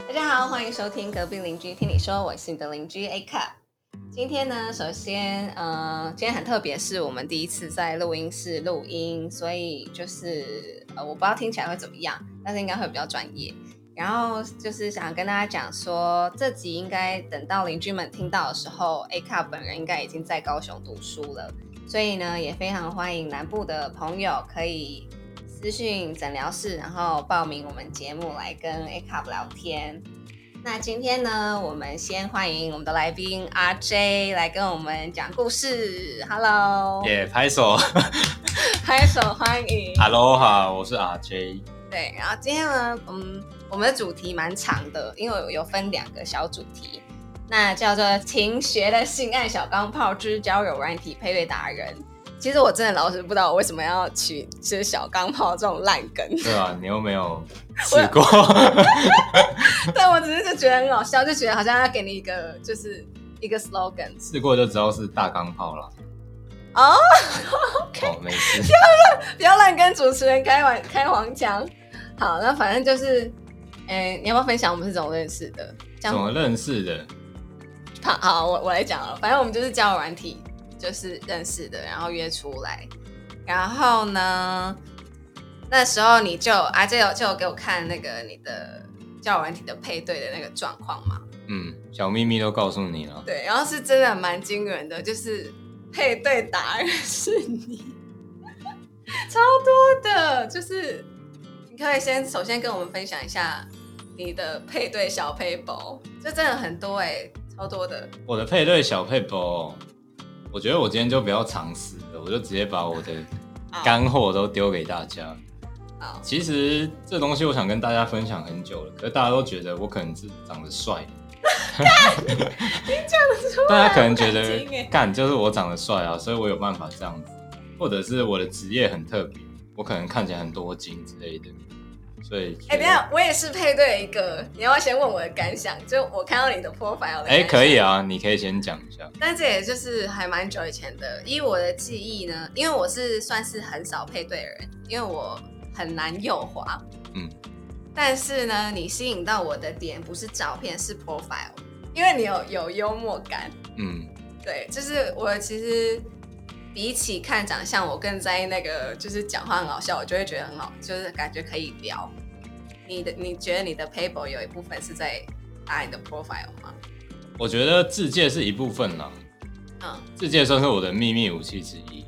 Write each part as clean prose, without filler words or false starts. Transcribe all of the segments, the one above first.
大家好，欢迎收听隔壁邻居听你说，我是你的邻居 A Cup。今天呢，首先今天很特别，是我们第一次在录音室录音，所以就是我不知道听起来会怎么样，但是应该会比较专业。然后就是想跟大家讲说，这集应该等到邻居们听到的时候 ，A Cup 本人应该已经在高雄读书了，所以呢，也非常欢迎南部的朋友可以私讯诊疗室，然后报名我们节目来跟 A Cup 聊天。那今天呢，我们先欢迎我们的来宾 RJ 来跟我们讲故事。Hello， 拍手， 拍手欢迎。 Aloha， 我是 RJ。 对，然后今天呢，我们的主题蛮长的，因为有分2个小主题，那叫做勤学的性爱小钢炮之交友软体配对达人。其实我真的老实不知道我为什么要取吃小钢炮这种烂梗。 对啊，你又没有试过。 但我只是就觉得很好笑，就觉得好像要给你一个就是一个 slogan。 试过就知道是大钢炮了。 哦、OK， 没事。 不要乱跟主持人开黄腔。好，那反正就是，你要不要分享我们是怎么认识的？ 怎么认识的？ 好，我来讲了。反正我们就是交友软体。就是认识的，然后约出来，然后呢，那时候你就就有给我看那个你的交友软体的配对的那个状况嘛。 小秘密都告诉你了。 对，然后是真的蛮惊人的，就是配对达人是你，超多的，就是你可以首先跟我们分享一下你的配对小配包，这真的很多超多的。 我的配对小配包。我觉得我今天就不要尝试了，我就直接把我的干货都丢给大家。其实这东西我想跟大家分享很久了，可是大家都觉得我可能是长得帅。 你讲得出来， 大家可能觉得干就是我长得帅啊，所以我有办法这样子，或者是我的职业很特别，我可能看起来很多金之类的。所以等一下，我也是配对一个，你要不要先问我的感想？就我看到你的 profile 的感想。 可以啊，你可以先讲一下。 但这也就是还蛮久以前的，依我的记忆呢，因为我是算是很少配对的人，因为我很难右滑。但是呢，你吸引到我的点不是照片，是 profile， 因为你有幽默感。对，就是我其实比起看长相，我更在意那个，就是讲话很好笑，我就会觉得很好，就是感觉可以聊。你觉得你的 paper 有一部分是在打你的 profile 吗？ 我觉得自介是一部分啦。自介算是我的秘密武器之一。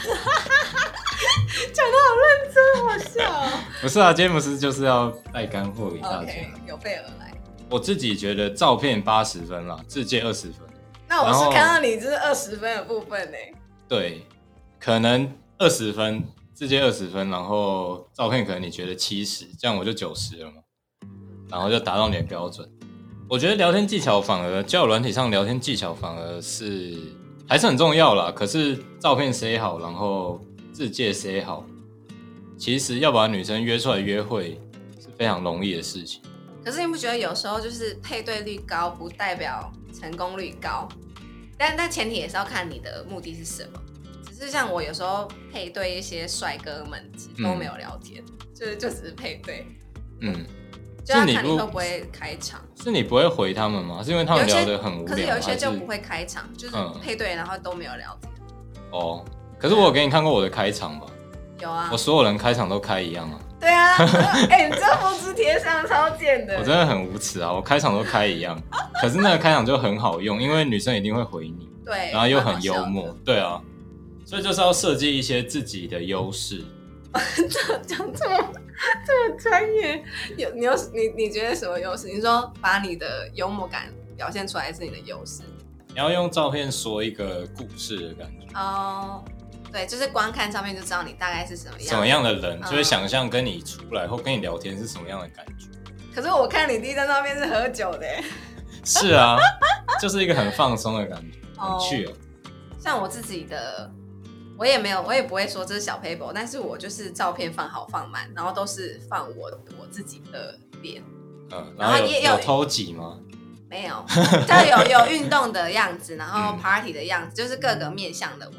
讲得好认真，好笑。 不是啊，今天不是就是要带干货给大家。 Okay， 有备而来。 我自己觉得照片80分啦，自介20分。 那我是看到你就是20分的部分呢。 对，可能20分，自介20分，然后照片可能你觉得70，这样我就90了嘛，然后就达到你的标准。我觉得聊天技巧交友软体上聊天技巧反而还是很重要啦，可是照片塞好，然后自介塞好，其实要把女生约出来约会是非常容易的事情。 可是你不觉得有时候就是配对率高不代表成功率高？但前提也是要看你的目的是什么。只是像我有时候配对一些帅哥们，其实都没有聊天，就只是配对。就要看你会不会开场。 是你不会回他们吗？是因为他们聊得很无聊？ 可是有一些就不会开场，就是配对然后都没有聊天。 可是我有给你看过我的开场吧？ 有啊， 我所有人开场都开一样啊。 对啊，你这复制贴上超贱的。 我真的很无耻啊！我开场都开一样，可是那个开场就很好用，因为女生一定会回你， 对， 然后又很幽默，对啊，所以就是要设计一些自己的优势。 讲这么专业，你觉得什么优势？你说把你的幽默感表现出来是你的优势。 你要用照片说一个故事的感觉。 对，就是光看照片就知道你大概是什么样的人，就会想象跟你出来或跟你聊天是什么样的感觉。 可是我看你第一张照片是喝酒的。 是啊，就是一个很放松的感觉，很去。 像我自己的，我也不会说这是小 paper， 但是我就是照片放好放满，然后都是放我自己的脸。 然后有偷挤吗？ 没有，就有运动的样子，然后 party 的样子，就是各个面向的我。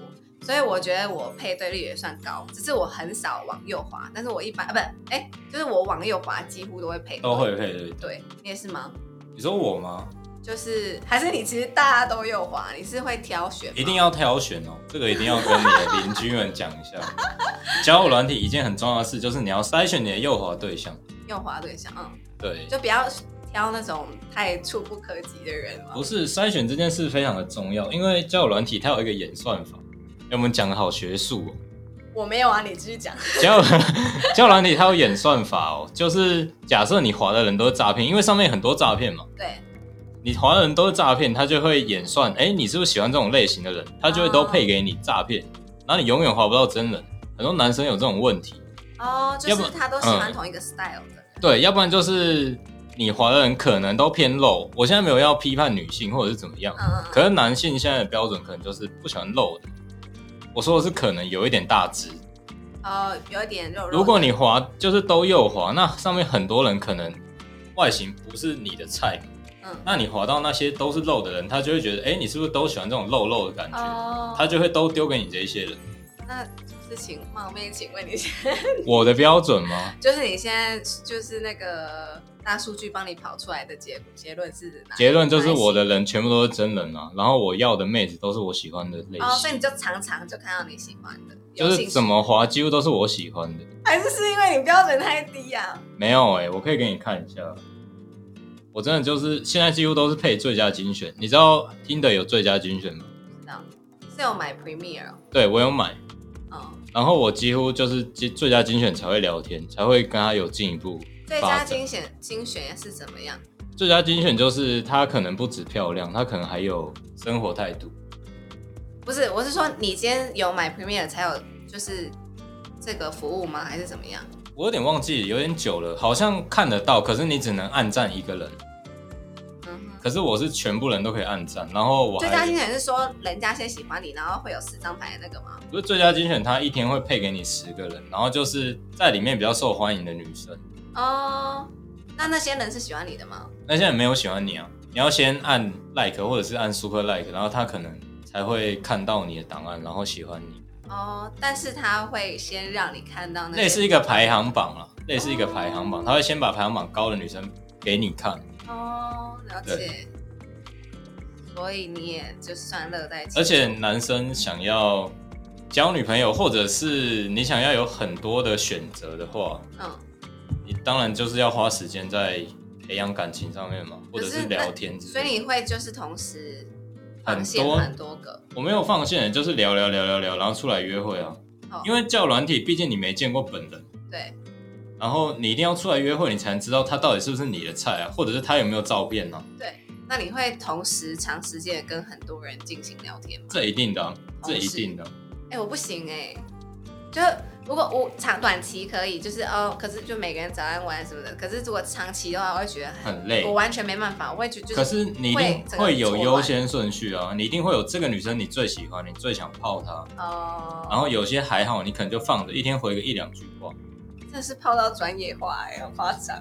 所以我觉得我配对率也算高，只是我很少往右滑，但是我一般就是我往右滑几乎都会配对， 都会配对。 对，你也是吗？ 你说我吗？ 就是还是你其实大家都右滑，你是会挑选吗？ 一定要挑选哦，这个一定要跟你的邻居们讲一下。交友软体一件很重要的事就是你要筛选你的右滑对象。 右滑对象， 对， 就不要挑那种太触不可及的人嘛。 不是，筛选这件事非常的重要，因为交友软体它有一个演算法。我们讲的好学术哦。 我没有啊，你继续讲。 交友软体它有演算法哦，就是假设你滑的人都是诈骗，因为上面很多诈骗嘛。 对。 你滑的人都是诈骗，他就会演算，你是不是喜欢这种类型的人？他就会都配给你诈骗，然后你永远滑不到真人。很多男生有这种问题。 就是他都喜欢同一个 style 的。 对，要不然就是你滑的人可能都偏露。我现在没有要批判女性或者是怎么样，可是男性现在的标准可能就是不喜欢露的。我说的是可能有一点大只。 有一点肉肉的。 如果你滑就是都右滑，那上面很多人可能外形不是你的菜。那你滑到那些都是肉的人，他就会觉得，你是不是都喜欢这种肉肉的感觉？他就会都丢给你这一些人。 那就是冒昧请问你我的标准吗？ 就是你现在就是那个大数据帮你跑出来的结论是哪？ 结论就是我的人全部都是真人啊，然后我要的妹子都是我喜欢的类型。 所以你就常常就看到你喜欢的， 就是怎么滑几乎都是我喜欢的。 还是因为你标准太低啊？ 没有我可以给你看一下。我真的就是现在几乎都是配最佳精选，你知道 Tinder 有最佳精选吗？ 知道，是有买 Premier。 对，我有买。然后我几乎就是最佳精选才会聊天，才会跟他有进一步最佳精选是怎么样？ 最佳精选就是他可能不止漂亮，他可能还有生活态度。 不是，我是说你今天有买 Premier 才有就是这个服务吗？还是怎么样？ 我有点忘记，有点久了，好像看得到，可是你只能按赞一个人。可是我是全部人都可以按赞，然后我最佳精选是说人家先喜欢你，然后会有10张牌的那个吗？ 不是，最佳精选他一天会配给你10个人，然后就是在里面比较受欢迎的女生。 那些人是喜欢你的吗？ 那些人没有喜欢你啊，你要先按 like 或者是按 super like， 然后他可能才会看到你的档案，然后喜欢你。 但是他会先让你看到那类似一个排行榜啦，类似一个排行榜，他会先把排行榜高的女生给你看。 了解。所以你也就算乐在其中。 而且男生想要交女朋友，或者是你想要有很多的选择的话，你当然就是要花时间在培养感情上面嘛，或者是聊天之类的。 所以你会就是同时放线很多个？ 我没有放线，就是聊，然后出来约会啊。因为交友软体，毕竟你没见过本人。 对。 然后你一定要出来约会，你才能知道他到底是不是你的菜啊，或者是他有没有照片啊。 对。那你会同时长时间跟很多人进行聊天吗？ 这一定的，这一定的。 我不行就如果我短期可以，就是可是就每个人早安晚安什么的。可是如果长期的话，我会觉得很累，我完全没办法，我会觉得就是。 可是你一定会有优先顺序啊，你一定会有这个女生你最喜欢，你最想泡她。然后有些还好，你可能就放着，一天回个1-2句话。 真是泡到专业化好夸张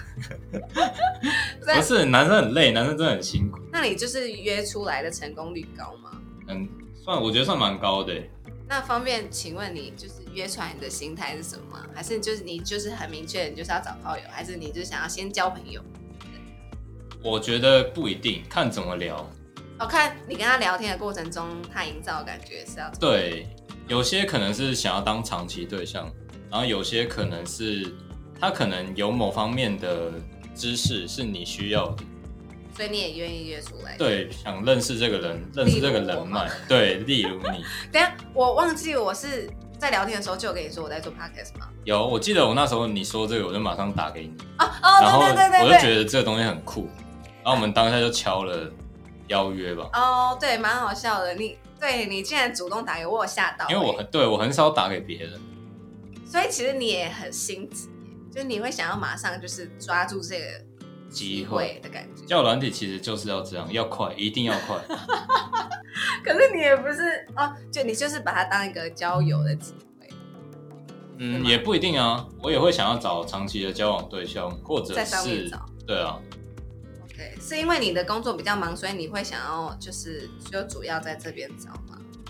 不是，男生很累，男生真的很辛苦。 那你就是约出来的成功率高吗？ 我觉得算蛮高的。 那方便请问你就是约出来你的心态是什么吗？还是就是你就是很明确你就是要找炮友，还是你就想要先交朋友？ 我觉得不一定，看怎么聊。 看你跟他聊天的过程中，他营造的感觉是要怎么？ 对，有些可能是想要当长期对象，然后有些可能是他可能有某方面的知识是你需要的， 所以你也愿意约出来。 对，想认识这个人，认识这个人脉。对，例如你。 等一下，我忘记我是在聊天的时候就有跟你说我在做 podcast 吗？ 有，我记得我那时候你说这个，我就马上打给你。 然后我就觉得这个东西很酷，然后我们当下就敲了邀约吧。 对，蛮好笑的。你竟然主动打给我，有吓到。 因为我很少打给别人， 所以其实你也很心急，就是你会想要马上就是抓住这个机会的感觉。 交友软体其实就是要这样，要快，一定要快。 可是你也不是就你就是把它当一个交友的机会。 也不一定啊，我也会想要找长期的交往对象，或者是在上面找。 对啊。 是因为你的工作比较忙，所以你会想要就主要在这边找吗？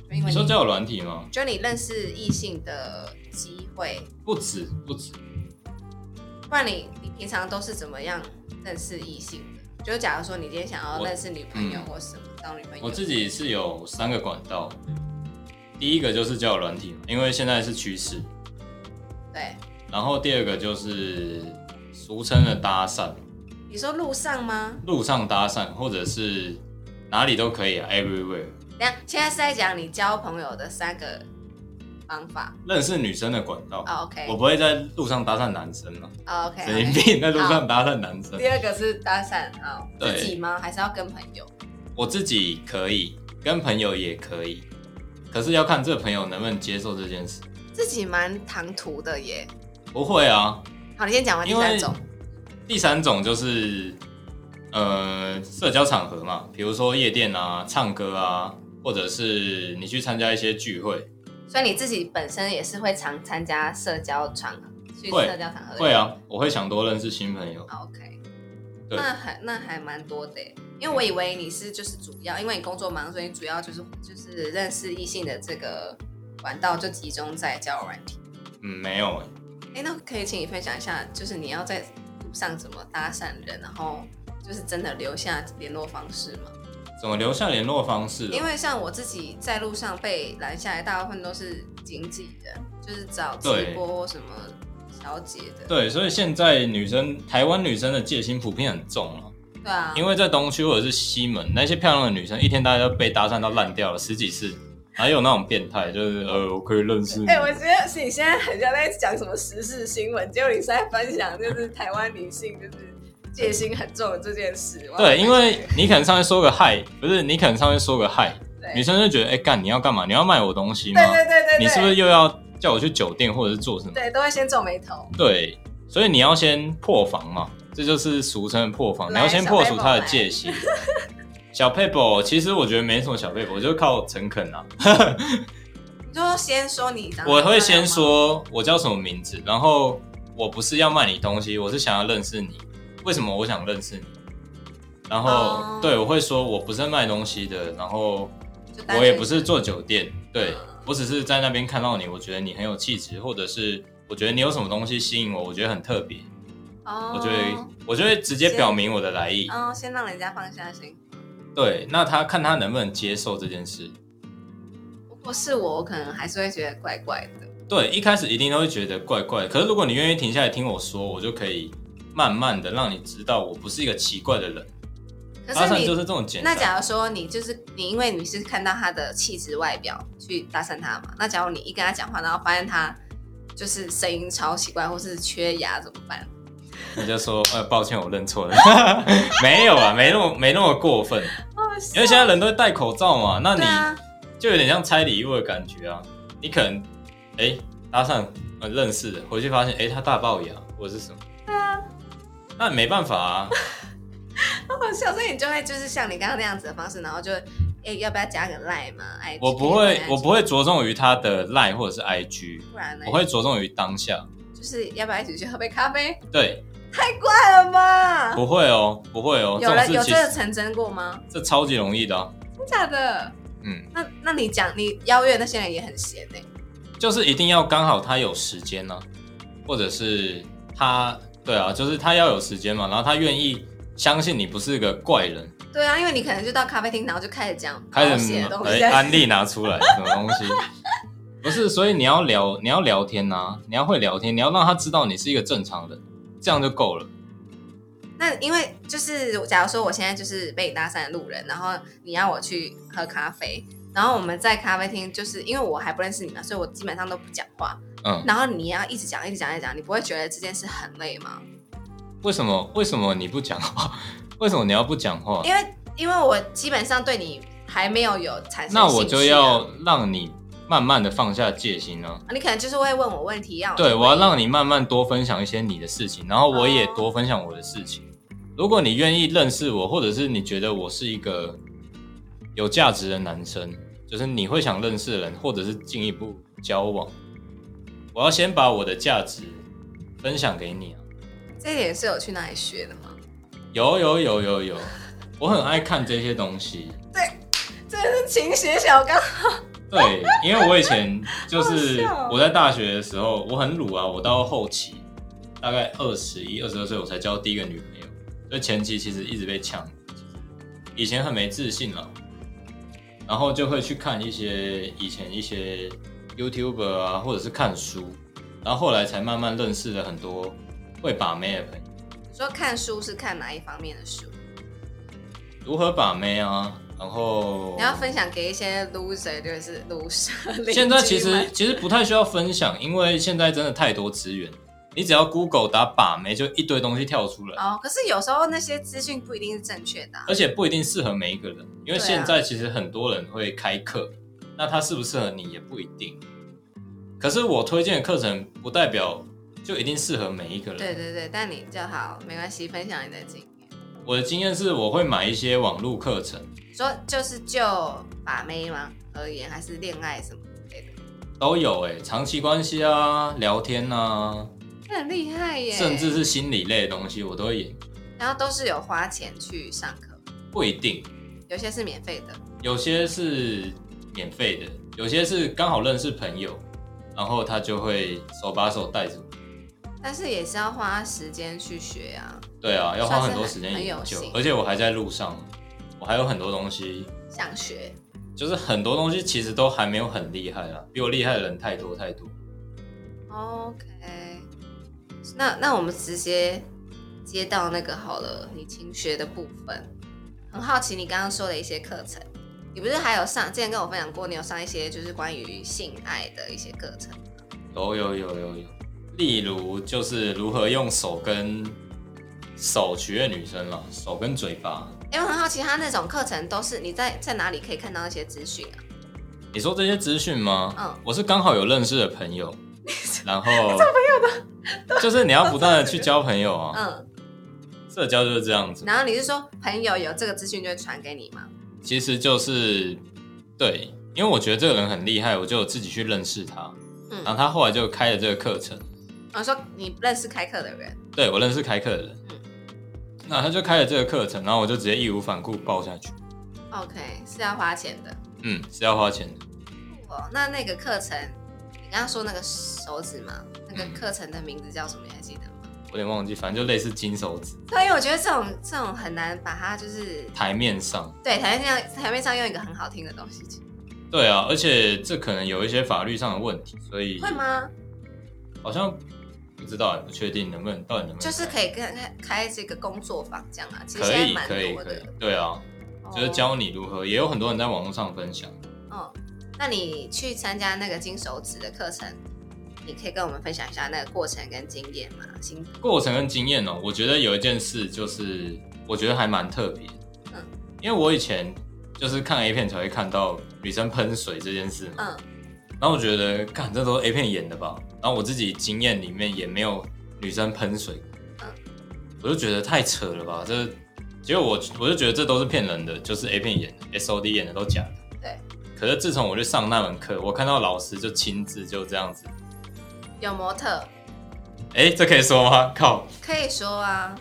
你说交友软体吗？ 就你认识异性的机会不止。 不然你平常都是怎么样认识异性的？就假如说你今天想要认识女朋友或什么当女朋友， 我自己是有3个管道。第一个就是交友软体，因为现在是趋势。 对。然后第二个就是俗称的搭讪。 你说路上吗？ 路上搭讪，或者是哪里都可以啊 ，everywhere。 现在是在讲你交朋友的3个方法。 认识女生的管道。 OK。 我不会在路上搭讪男生嘛。 OK。 神经病，在路上搭讪男生。 第二个是搭讪，自己吗？还是要跟朋友？我自己可以，跟朋友也可以，可是要看这个朋友能不能接受这件事。 自己蛮唐突的耶。 不会啊。 好，你先讲完第3种。 第3种就是社交场合嘛，比如说夜店啊、唱歌啊，或者是你去参加一些聚会。 所以你自己本身也是会常参加社交场合，去社交场合的。 会啊，我会想多认识新朋友。 OK。那还蛮多的耶，因为我以为你是就是主要，因为你工作忙，所以你主要就是认识异性的这个管道就集中在交友软体。 没有那可以请你分享一下，就是你要在路上怎么搭讪人，然后就是真的留下联络方式吗？ 怎么留下联络方式？ 因为像我自己在路上被拦下来，大部分都是经纪人，就是找直播或什么小姐的。 对，所以现在台湾女生的戒心普遍很重了。 对啊， 因为在东区或者是西门，那些漂亮的女生一天大概都被搭讪到烂掉了10几次。还有那种变态，就是我可以认识你。 我觉得是你现在很像在讲什么时事新闻，结果你是在分享就是台湾女性就是戒心很重的这件事。 对，因为你可能上面说个嗨，不是你可能上面说个嗨，女生就觉得干你要干嘛？你要卖我东西吗？ 对， 你是不是又要叫我去酒店或者是做什么？ 对，都会先皱眉头。 对，所以你要先破防嘛，这就是俗称的破防，你要先破除他的戒心。小撇步，其实我觉得没什么小撇步，我就靠诚恳啊。 你就先说你长得我会先说我叫什么名字，然后我不是要卖你东西，我是想要认识你。为什么我想认识你？然后对，我会说我不是卖东西的，然后我也不是做酒店，对，我只是在那边看到你，我觉得你很有气质，或者是我觉得你有什么东西吸引我，我觉得很特别。我就会直接表明我的来意。 先让人家放下心。 对，那看他能不能接受这件事。 如果是我可能还是会觉得怪怪的。 对，一开始一定都会觉得怪怪的。可是如果你愿意停下来听我说，我就可以慢慢的让你知道我不是一个奇怪的人。搭讪就是这种简单。 那假如说你因为你是看到他的气质外表去搭讪他嘛，那假如你一跟他讲话，然后发现他就是声音超奇怪，或是缺牙怎么办？ 你就说抱歉，我认错了。没有啊，没那么过分。因为现在人都会戴口罩嘛，那你就有点像拆礼物的感觉啊。你可能搭讪认识的，回去发现他大龅牙或者是什么。 对啊， 那没办法啊。 好好笑，所以你就会就是像你刚刚那样子的方式，然后就要不要加个 LINE 嘛 ？IG 我不会着重于他的 LINE 或者是 IG， 不然呢？我会着重于当下， 就是要不要一起去喝杯咖啡？ 对。 太怪了吧？ 不会哦。 有这个成真过吗？ 这超级容易的。 真假的？那你邀约那些人也很闲欸。 就是一定要刚好他有时间啊，或者是对啊，就是他要有时间嘛，然后他愿意相信你不是个怪人。 对啊，因为你可能就到咖啡厅，然后就开始讲保险的东西， 安利拿出来什么东西。不是，所以你要聊天啊，你要会聊天，你要让他知道你是一个正常人。这样就够了。 那因为就是假如说我现在就是被搭讪的路人，然后你要我去喝咖啡，然后我们在咖啡厅，就是因为我还不认识你嘛，所以我基本上都不讲话。然后你要一直讲，你不会觉得这件事很累吗？为什么你不讲话？为什么你要不讲话？ 因为我基本上对你还没有产生兴趣。 那我就要让你慢慢的放下戒心啊！ 你可能就是会问我问题， 对，我要让你慢慢多分享一些你的事情，然后我也多分享我的事情。如果你愿意认识我，或者是你觉得我是一个有价值的男生，就是你会想认识的人，或者是进一步交往，我要先把我的价值分享给你啊！ 这点是有去哪里学的吗？ 有，我很爱看这些东西。 对，真的是勤学小刚好。 对，因为我以前就是好笑哦我在大学的时候，我很鲁啊，我到后期大概21、22岁我才交第一个女朋友，所以前期其实一直被呛，以前很没自信了，然后就会去看以前一些 YouTuber 啊，或者是看书，然后后来才慢慢认识了很多会把妹的朋友。 你说看书是看哪一方面的书？ 如何把妹啊？然后你要分享给一些 loser， 就是 loser。 现在其实不太需要分享，因为现在真的太多资源，你只要 Google 打把妹，就一堆东西跳出来。 哦，可是有时候那些资讯不一定是正确的而且不一定适合每一个人，因为现在其实很多人会开课，那它适不适合你也不一定。可是我推荐的课程不代表就一定适合每一个人。 对对对，但你就好，没关系，分享你的经验。 我的经验是，我会买一些网络课程， 说就是就把妹吗而言，还是恋爱什么之类的？ 都有长期关系啊，聊天啊， 很厉害耶！ 甚至是心理类的东西，我都会研究。 然后都是有花钱去上课， 不一定， 有些是免费的。 有些是免费的，有些是刚好认识朋友，然后他就会手把手带着我。 但是也是要花时间去学啊。 对啊，要花很多时间研究很有心， 而且我还在路上，我还有很多东西想学， 就是很多东西其实都还没有很厉害啦，比我厉害的人太多太多。 OK， 那我们直接接到那个好了，你勤学的部分。很好奇你刚刚说的一些课程，你不是还有上之前跟我分享过，你有上一些就是关于性爱的一些课程？ 有，例如就是如何用手跟手取悦女生啦，手跟嘴巴。 我很好奇，他那种课程都是你在哪里可以看到那些资讯啊？ 你说这些资讯吗？ 嗯， 我是刚好有认识的朋友，然后交朋友的，就是你要不断的去交朋友啊。 嗯， 社交就是这样子。 然后你是说朋友有这个资讯就会传给你吗？ 其实就是对，因为我觉得这个人很厉害，我就自己去认识他。然后他后来就开了这个课程。 我说你认识开课的人？ 对，我认识开课的人。那他就开了这个课程，然后我就直接义无反顾报下去。 OK， 是要花钱的。 是要花钱的。 那个课程，你刚刚说那个手指嘛，那个课程的名字叫什么？你还记得吗？ 我有点忘记，反正就类似金手指。 对，因为我觉得这种很难把它就是台面上。 对，台面上用一个很好听的东西。 对啊，而且这可能有一些法律上的问题，所以会吗？ 好像不知道，不确定到底能不能就是可以开这个工作坊这样啊，其实可以现在蛮多的。 对啊，就是教你如何，也有很多人在网络上分享。 那你去参加那个金手指的课程，你可以跟我们分享一下那个过程跟经验吗？ 过程跟经验哦，我觉得有一件事就是我觉得还蛮特别，因为我以前就是看 A 片才会看到女生喷水这件事嘛，然后我觉得干这都是 A 片演的吧，然后我自己经验里面也没有女生喷水，我就觉得太扯了吧，结果我就觉得这都是骗人的，就是 A 片演的 SOD 演的都假的。 对。 可是自从我去上那门课，我看到老师就亲自就这样子， 有模特， 这可以说吗？靠， 可以说啊，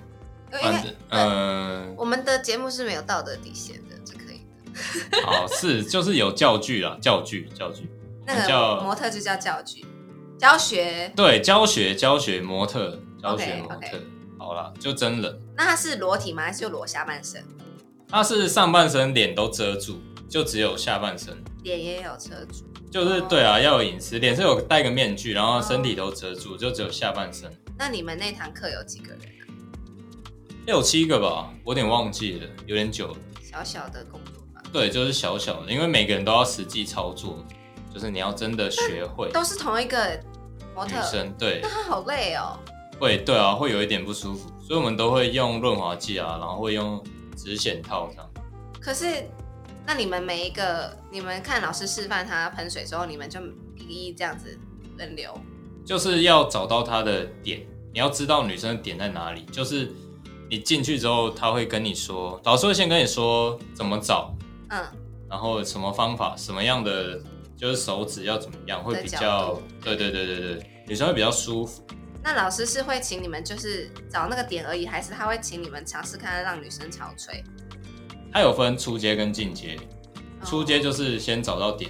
我们的节目是没有道德底线的，这可以的。 好，就是有教具啦，教具， 那个模特就叫教具，教学， 对，教学模特，教学 OK， 模特，好啦，就真人。 那他是裸体吗？还是就裸下半身？ 他是上半身脸都遮住，就只有下半身， 脸也有遮住， 就是对啊，要有隐私，脸是有戴个面具，然后身体都遮住，就只有下半身。 那你们那堂课有几个人啊 ？6、7个吧，我有点忘记了，有点久了。 小小的工作坊， 对，就是小小的，因为每个人都要实际操作，就是你要真的学会。 都是同一个模特女生，对， 那他好累哦。 对啊，会有一点不舒服，所以我们都会用润滑剂啊，然后会用指显套这样。 可是，那你们你们看老师示范他喷水之后，你们就一这样子轮流， 就是要找到他的点，你要知道女生的点在哪里。就是你进去之后，他会跟你说，老师会先跟你说怎么找，然后什么方法，什么样的就是手指要怎么样，会比较，对，女生会比较舒服。 那老师是会请你们就是找那个点而已，还是他会请你们尝试看让女生潮吹？ 它有分初阶跟进阶，初阶就是先找到点，然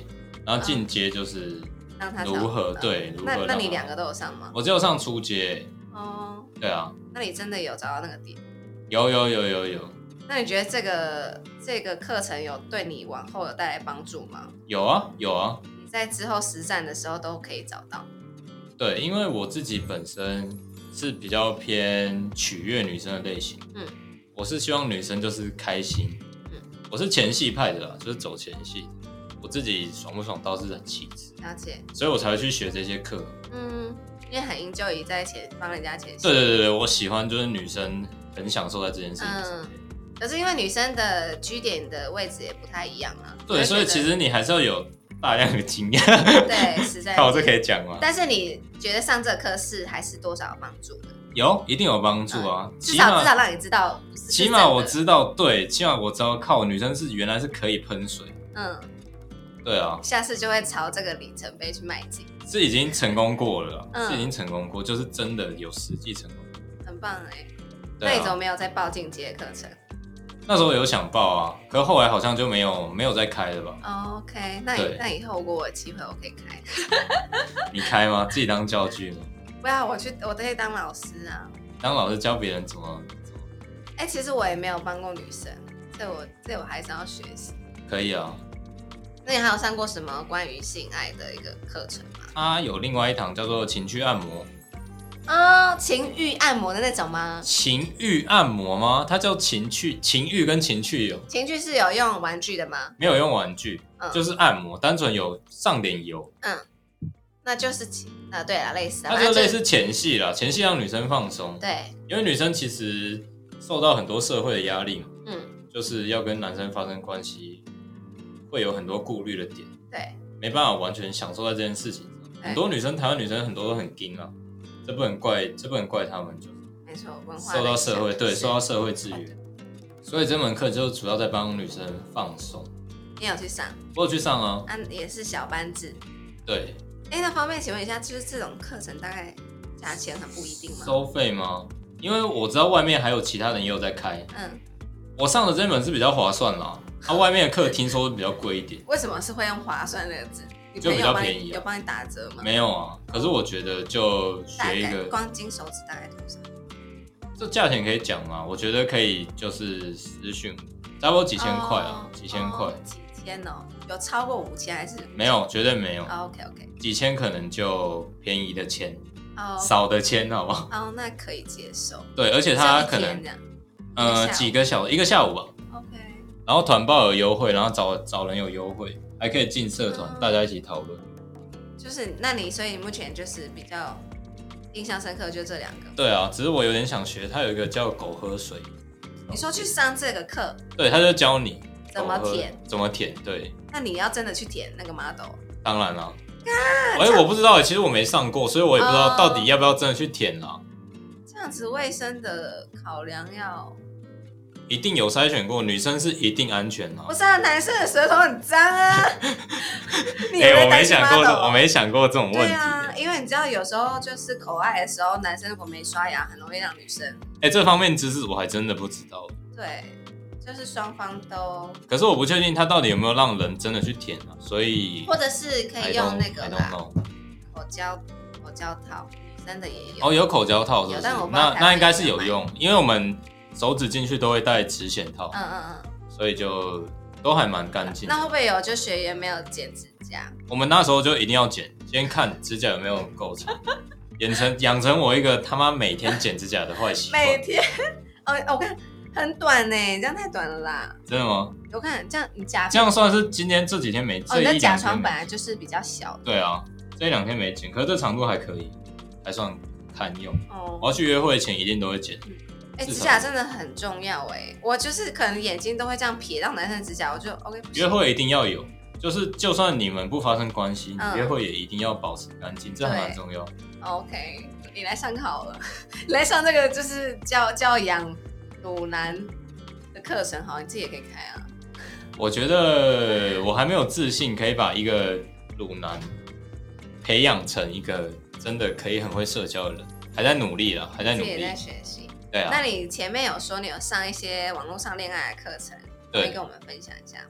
然后进阶就是让他如何对如何。 那你2个都有上吗？ 我只有上初阶。 哦， 对啊。 那你真的有找到那个点？ 有。 那你觉得这个课程有对你往后有带来帮助吗？ 有啊。 你在之后实战的时候都可以找到。 对，因为我自己本身是比较偏取悦女生的类型。我是希望女生就是开心。我是前戏派的啦，就是走前戏。我自己爽不爽倒是很其次。 了解。 所以我才会去学这些课。 因为很enjoy在帮人家前戏。 对，我喜欢就是女生很享受在这件事情上面。 可是因为女生的居点的位置也不太一样啊。 对，所以其实你还是要有大量的经验。 对，实在。 看我这可以讲吗？ 但是你觉得上这课是还是多少有帮助的？ 有，一定有帮助啊。 至少让你知道。 起码我知道，对，起码我知道靠女生是原来是可以喷水。对啊。 下次就会朝这个里程碑去迈进。 是已经成功过了啦。是已经成功过，就是真的有实际成功。 很棒哎。那你怎么没有再报进阶课程？ 那时候有想报啊，可是后来好像就没有再开了吧。 OK， 那以后如果我有机会，我可以开。 你开吗？自己当教具吗？ 不要，我可以当老师啊。 当老师教别人怎么？ 其实我也没有帮过女生，这我还是要学习。 可以啊。 那你还有上过什么关于性爱的一个课程吗？ 它有另外一堂叫做情趣按摩。 情欲按摩的那种吗？ 情欲按摩吗？它叫情欲跟情趣有。 情趣是有用玩具的吗？ 没有用玩具，就是按摩，单纯有上点油。 那就是对啦，类似。 它就类似前戏啦，前戏让女生放松。 对， 因为女生其实受到很多社会的压力嘛。就是要跟男生发生关系，会有很多顾虑的点。 对， 没办法完全享受在这件事情上。很多女生，台湾女生很多都很硬啊。这不能怪他们，就是没错，文化受到社会制约，所以这门课就主要在帮女生放松。 你有去上？ 我有去上啊。 也是小班制。 对。 那方便请问一下，就是这种课程大概价钱很不一定吗？ 收费吗？因为我知道外面还有其他人也有在开。我上的这门是比较划算啦。外面的课听说比较贵一点。 为什么是会用划算那个字？ 就比较便宜。 有帮你打折吗？ 没有啊，可是我觉得就学一个， 光金手指大概多少？ 这价钱可以讲吗？我觉得可以，就是私讯，差不多几千块啊，几千块。 几千哦？有超过5000还是？ 没有，绝对没有。 OK， 几千可能就便宜的千，少的千，好不好？ 那可以接受。 对，而且他可能几个小时，一个下午吧。 OK。 然后团报有优惠，然后找人有优惠。还可以进社团，大家一起讨论。 就是所以目前就是比较印象深刻就这2个。 对啊，只是我有点想学，它有一个叫狗喝水。 你说去上这个课？ 对，他就教你怎么舔，对。 那你要真的去舔那个 model？ 当然啦。我不知道，其实我没上过，所以我也不知道到底要不要真的去舔啦。 这样子卫生的考量要。 一定有筛选过，女生是一定安全啊。 不是啊，男生的舌头很脏啊。 我没想过这种问题。对啊，因为你知道有时候就是口爱的时候，男生如果没刷牙，很容易让女生。 这方面知识我还真的不知道。 对，就是双方都。 可是我不确定他到底有没有让人真的去舔啊，所以。 或者是可以用那个啦，口交套，女生的也有。 有口交套是不是？那应该是有用，因为我们。手指进去都会戴指显套，所以就都还蛮干净。 那会不会有就学员没有剪指甲？ 我们那时候就一定要剪，先看指甲有没有构成，养成我一个他妈每天剪指甲的坏习惯。 每天我看很短呢，这样太短了啦。 真的吗？ 我看这样你甲这样算是今天这几天没。 你的甲床本来就是比较小的。 对啊，这1-2天没剪，可是这长度还可以，还算堪用。我要去约会前一定都会剪。 指甲真的很重要我就是可能眼睛都会这样瞥到男生指甲，我就 OK。 约会一定要有，就算你们不发生关系，你约会也一定要保持干净，这还蛮重要。 OK， 你来上课好了，你来上这个就是教养乳男的课程，好，你自己也可以开啊。 我觉得我还没有自信可以把一个乳男培养成一个真的可以很会社交的人，还在努力啦，还在努力， 也在学习。 对啊。 那你前面有说你有上一些网络上恋爱的课程，可以跟我们分享一下吗？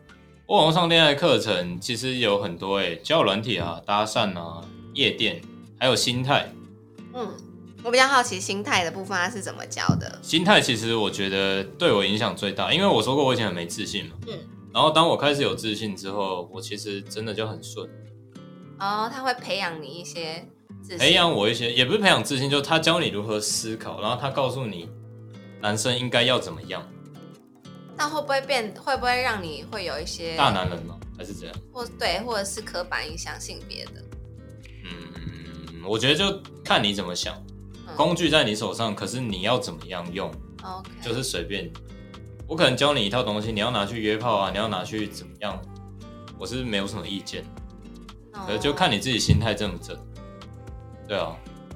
我网络上恋爱课程其实有很多交友软体啊、搭讪啊、夜店，还有心态。 我比较好奇心态的部分它是怎么教的。 心态其实我觉得对我影响最大，因为我说过我以前很没自信嘛。然后当我开始有自信之后，我其实真的就很顺。 他会培养你一些自信， 培养我一些，也不是培养自信，就是他教你如何思考，然后他告诉你男生应该要怎么样。 那会不会让你会有一些大男人吗？还是怎样？ 或者是刻板印象性别的？ 我觉得就看你怎么想。工具在你手上，可是你要怎么样用，就是随便你。我可能教你一套东西，你要拿去约炮啊，你要拿去怎么样，我是没有什么意见。可是就看你自己心态正不正。对啊。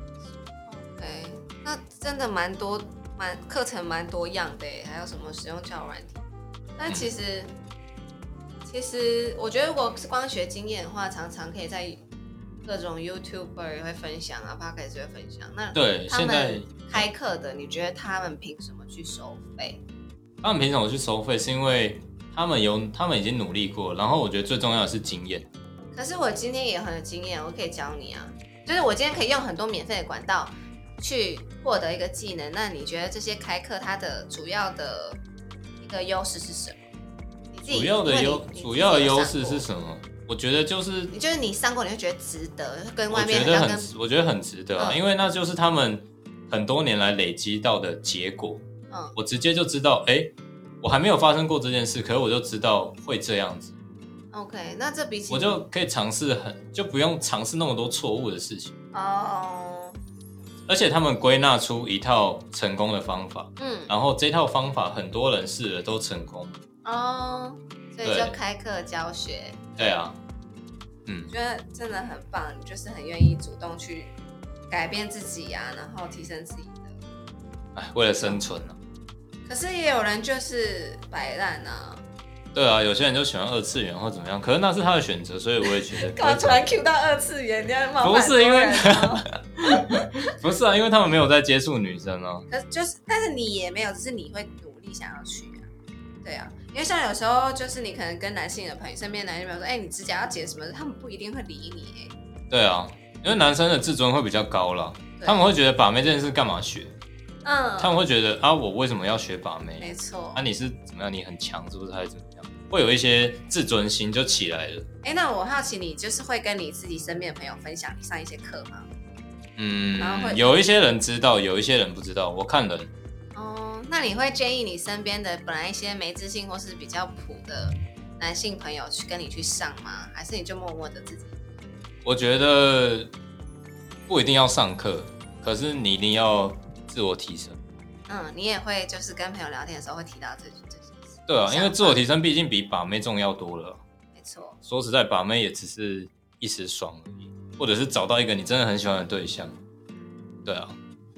OK， 那真的课程蛮多样的耶，还有什么使用交友软体？但其实我觉得如果是光学经验的话，常常可以在各种 YouTuber 也会分享啊 ，Podcast 也会分享。那对， 他们开课的，你觉得他们凭什么去收费？ 他们凭什么去收费？是因为他们已经努力过，然后我觉得最重要的是经验。 可是我今天也很有经验，我可以教你啊。就是我今天可以用很多免费的管道去获得一个技能。那你觉得这些开课它的主要的一个优势是什么？ 主要的优势是什么？我觉得就是你上过，你会觉得值得，跟外面我觉得很值得啊，因为那就是他们很多年来累积到的结果。我直接就知道，我还没有发生过这件事，可是我就知道会这样子。 OK， 那这比起我就可以尝试就不用尝试那么多错误的事情。而且他们归纳出一套成功的方法，然后这套方法很多人试了都成功。 所以就开课教学。 对啊， 我觉得真的很棒，你就是很愿意主动去改变自己啊，然后提升自己的。 为了生存啊。 可是也有人就是摆烂啊。 对啊，有些人就喜欢二次元或怎么样，可是那是他的选择，所以我也觉得。 干嘛突然 Q 到二次元？你要不是因为不是啊，因为他们没有在接触女生啊。 但是你也没有，只是你会努力想要去啊。对啊，因为像有时候就是你可能跟身边男性朋友说，你指甲要剪什么，他们不一定会理你。 对啊，因为男生的自尊会比较高啦，他们会觉得把妹这件事干嘛学？他们会觉得我为什么要学把妹？ 没错。 你是怎么样？你很强是不是？还是怎么样？会有一些自尊心就起来了。 那我好奇，你就是会跟你自己身边的朋友分享你上一些课吗？ 有一些人知道，有一些人不知道，我看人。 那你会建议你身边的本来一些没自信或是比较普的男性朋友去跟你去上吗？还是你就默默的自己？我觉得不一定要上课，可是你一定要自我提升。 你也会就是跟朋友聊天的时候会提到这些事。 对啊，因为自我提升毕竟比把妹重要多了。 没错。说实在，把妹也只是一时爽而已，或者是找到一个你真的很喜欢的对象。对啊。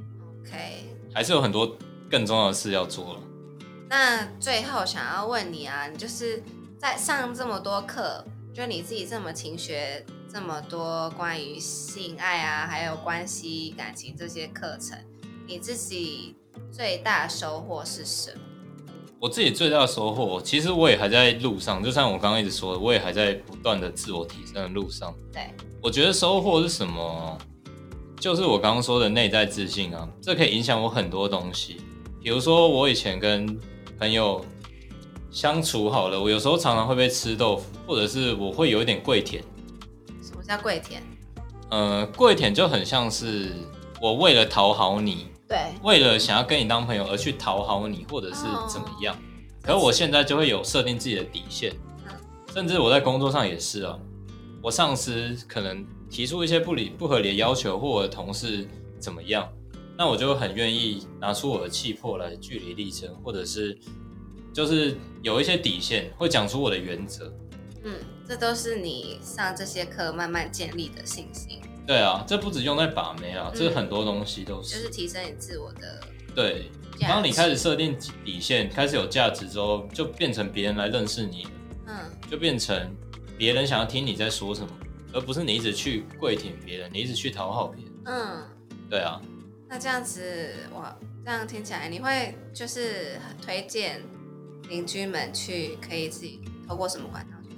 OK。 还是有很多更重要的事要做了。 那最后想要问你啊，你就是在上这么多课，就你自己这么勤学这么多关于性爱啊，还有关系感情这些课程，你自己最大的收获是什么？ 我自己最大的收获，其实我也还在路上，就像我刚刚一直说的，我也还在不断的自我提升的路上。 对， 我觉得收获是什么？就是我刚刚说的内在自信啊，这可以影响我很多东西。比如说我以前跟朋友相处好了，我有时候常常会被吃豆腐，或者是我会有一点跪舔。 什么叫跪舔？ 跪舔就很像是我为了讨好你， 对， 为了想要跟你当朋友而去讨好你，或者是怎么样。可是我现在就会有设定自己的底线，甚至我在工作上也是啊。我上司可能提出一些不合理的要求，或我的同事怎么样，那我就很愿意拿出我的气魄来据理力争，或者是就是有一些底线，会讲出我的原则。 这都是你上这些课慢慢建立的信心。 对啊，这不只用在把妹啊，这很多东西都是。 就是提升你自我的。 对，当你开始设定底线，开始有价值之后，就变成别人来认识你。就变成别人想要听你在说什么，而不是你一直去跪舔别人，你一直去讨好别人。对啊。 那这样子，哇，这样听起来，你会就是很推荐邻居们可以自己透过什么管道去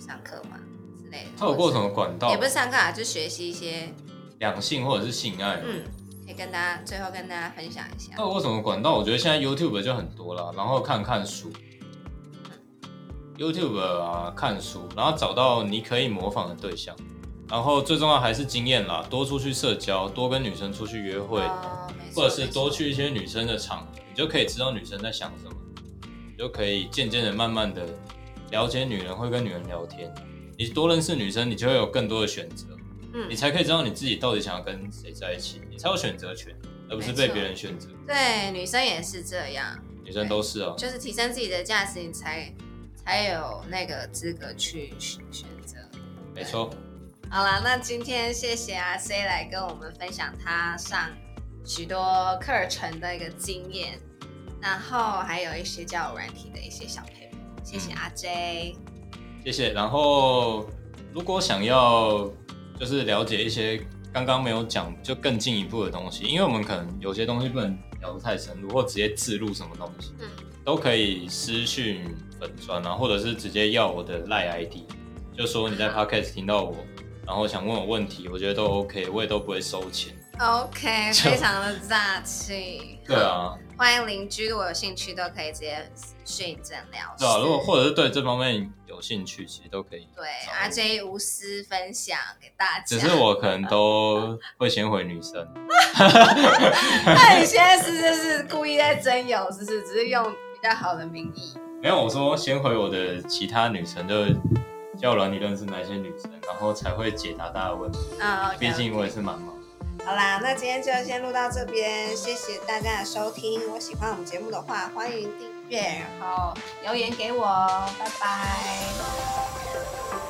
上课吗之类的？ 透过什么管道？ 也不是上课啊，就学习一些两性或者是性爱。 可以最后跟大家分享一下。 透过什么管道？我觉得现在 YouTube 就很多了，然后看书。YouTube 啊，看书，然后找到你可以模仿的对象，然后最重要还是经验啦，多出去社交，多跟女生出去约会，或者是多去一些女生的场合，你就可以知道女生在想什么，你就可以渐渐的、慢慢的了解女人，会跟女人聊天。你多认识女生，你就会有更多的选择，你才可以知道你自己到底想要跟谁在一起，你才有选择权，而不是被别人选择。 对，女生也是这样， 女生都是就是提升自己的价值，你才有那个资格去选择。 没错。 好啦，那今天谢谢阿 C 来跟我们分享他上许多课程的一个经验，然后还有一些交友软体的一些小配合。谢谢阿 J， 谢谢。然后如果想要就是了解一些刚刚没有讲就更进一步的东西，因为我们可能有些东西不能聊得太深入，或直接置入什么东西，都可以私讯粉专啊，或者是直接要我的 LINE ID， 就说你在 Podcast 听到我，然后想问我问题，我觉得都 OK， 我也都不会收钱。 OK， 非常的霸气。 对啊， 欢迎邻居，如果有兴趣都可以直接私讯诊疗室。 对啊，如果或者是对这方面有兴趣，其实都可以。 对，阿 J 无私分享给大家。 只是我可能都会先回女生。 那你现在是故意在征友，只是用比较好的名义？ 没有，我说先回我的其他女生，就是交友软体认识哪些女生，然后才会解答大家的问题。毕竟我也是蛮忙。 好啦，那今天就先录到这边，谢谢大家的收听。如果喜欢我们节目的话，欢迎订阅，然后留言给我，拜拜。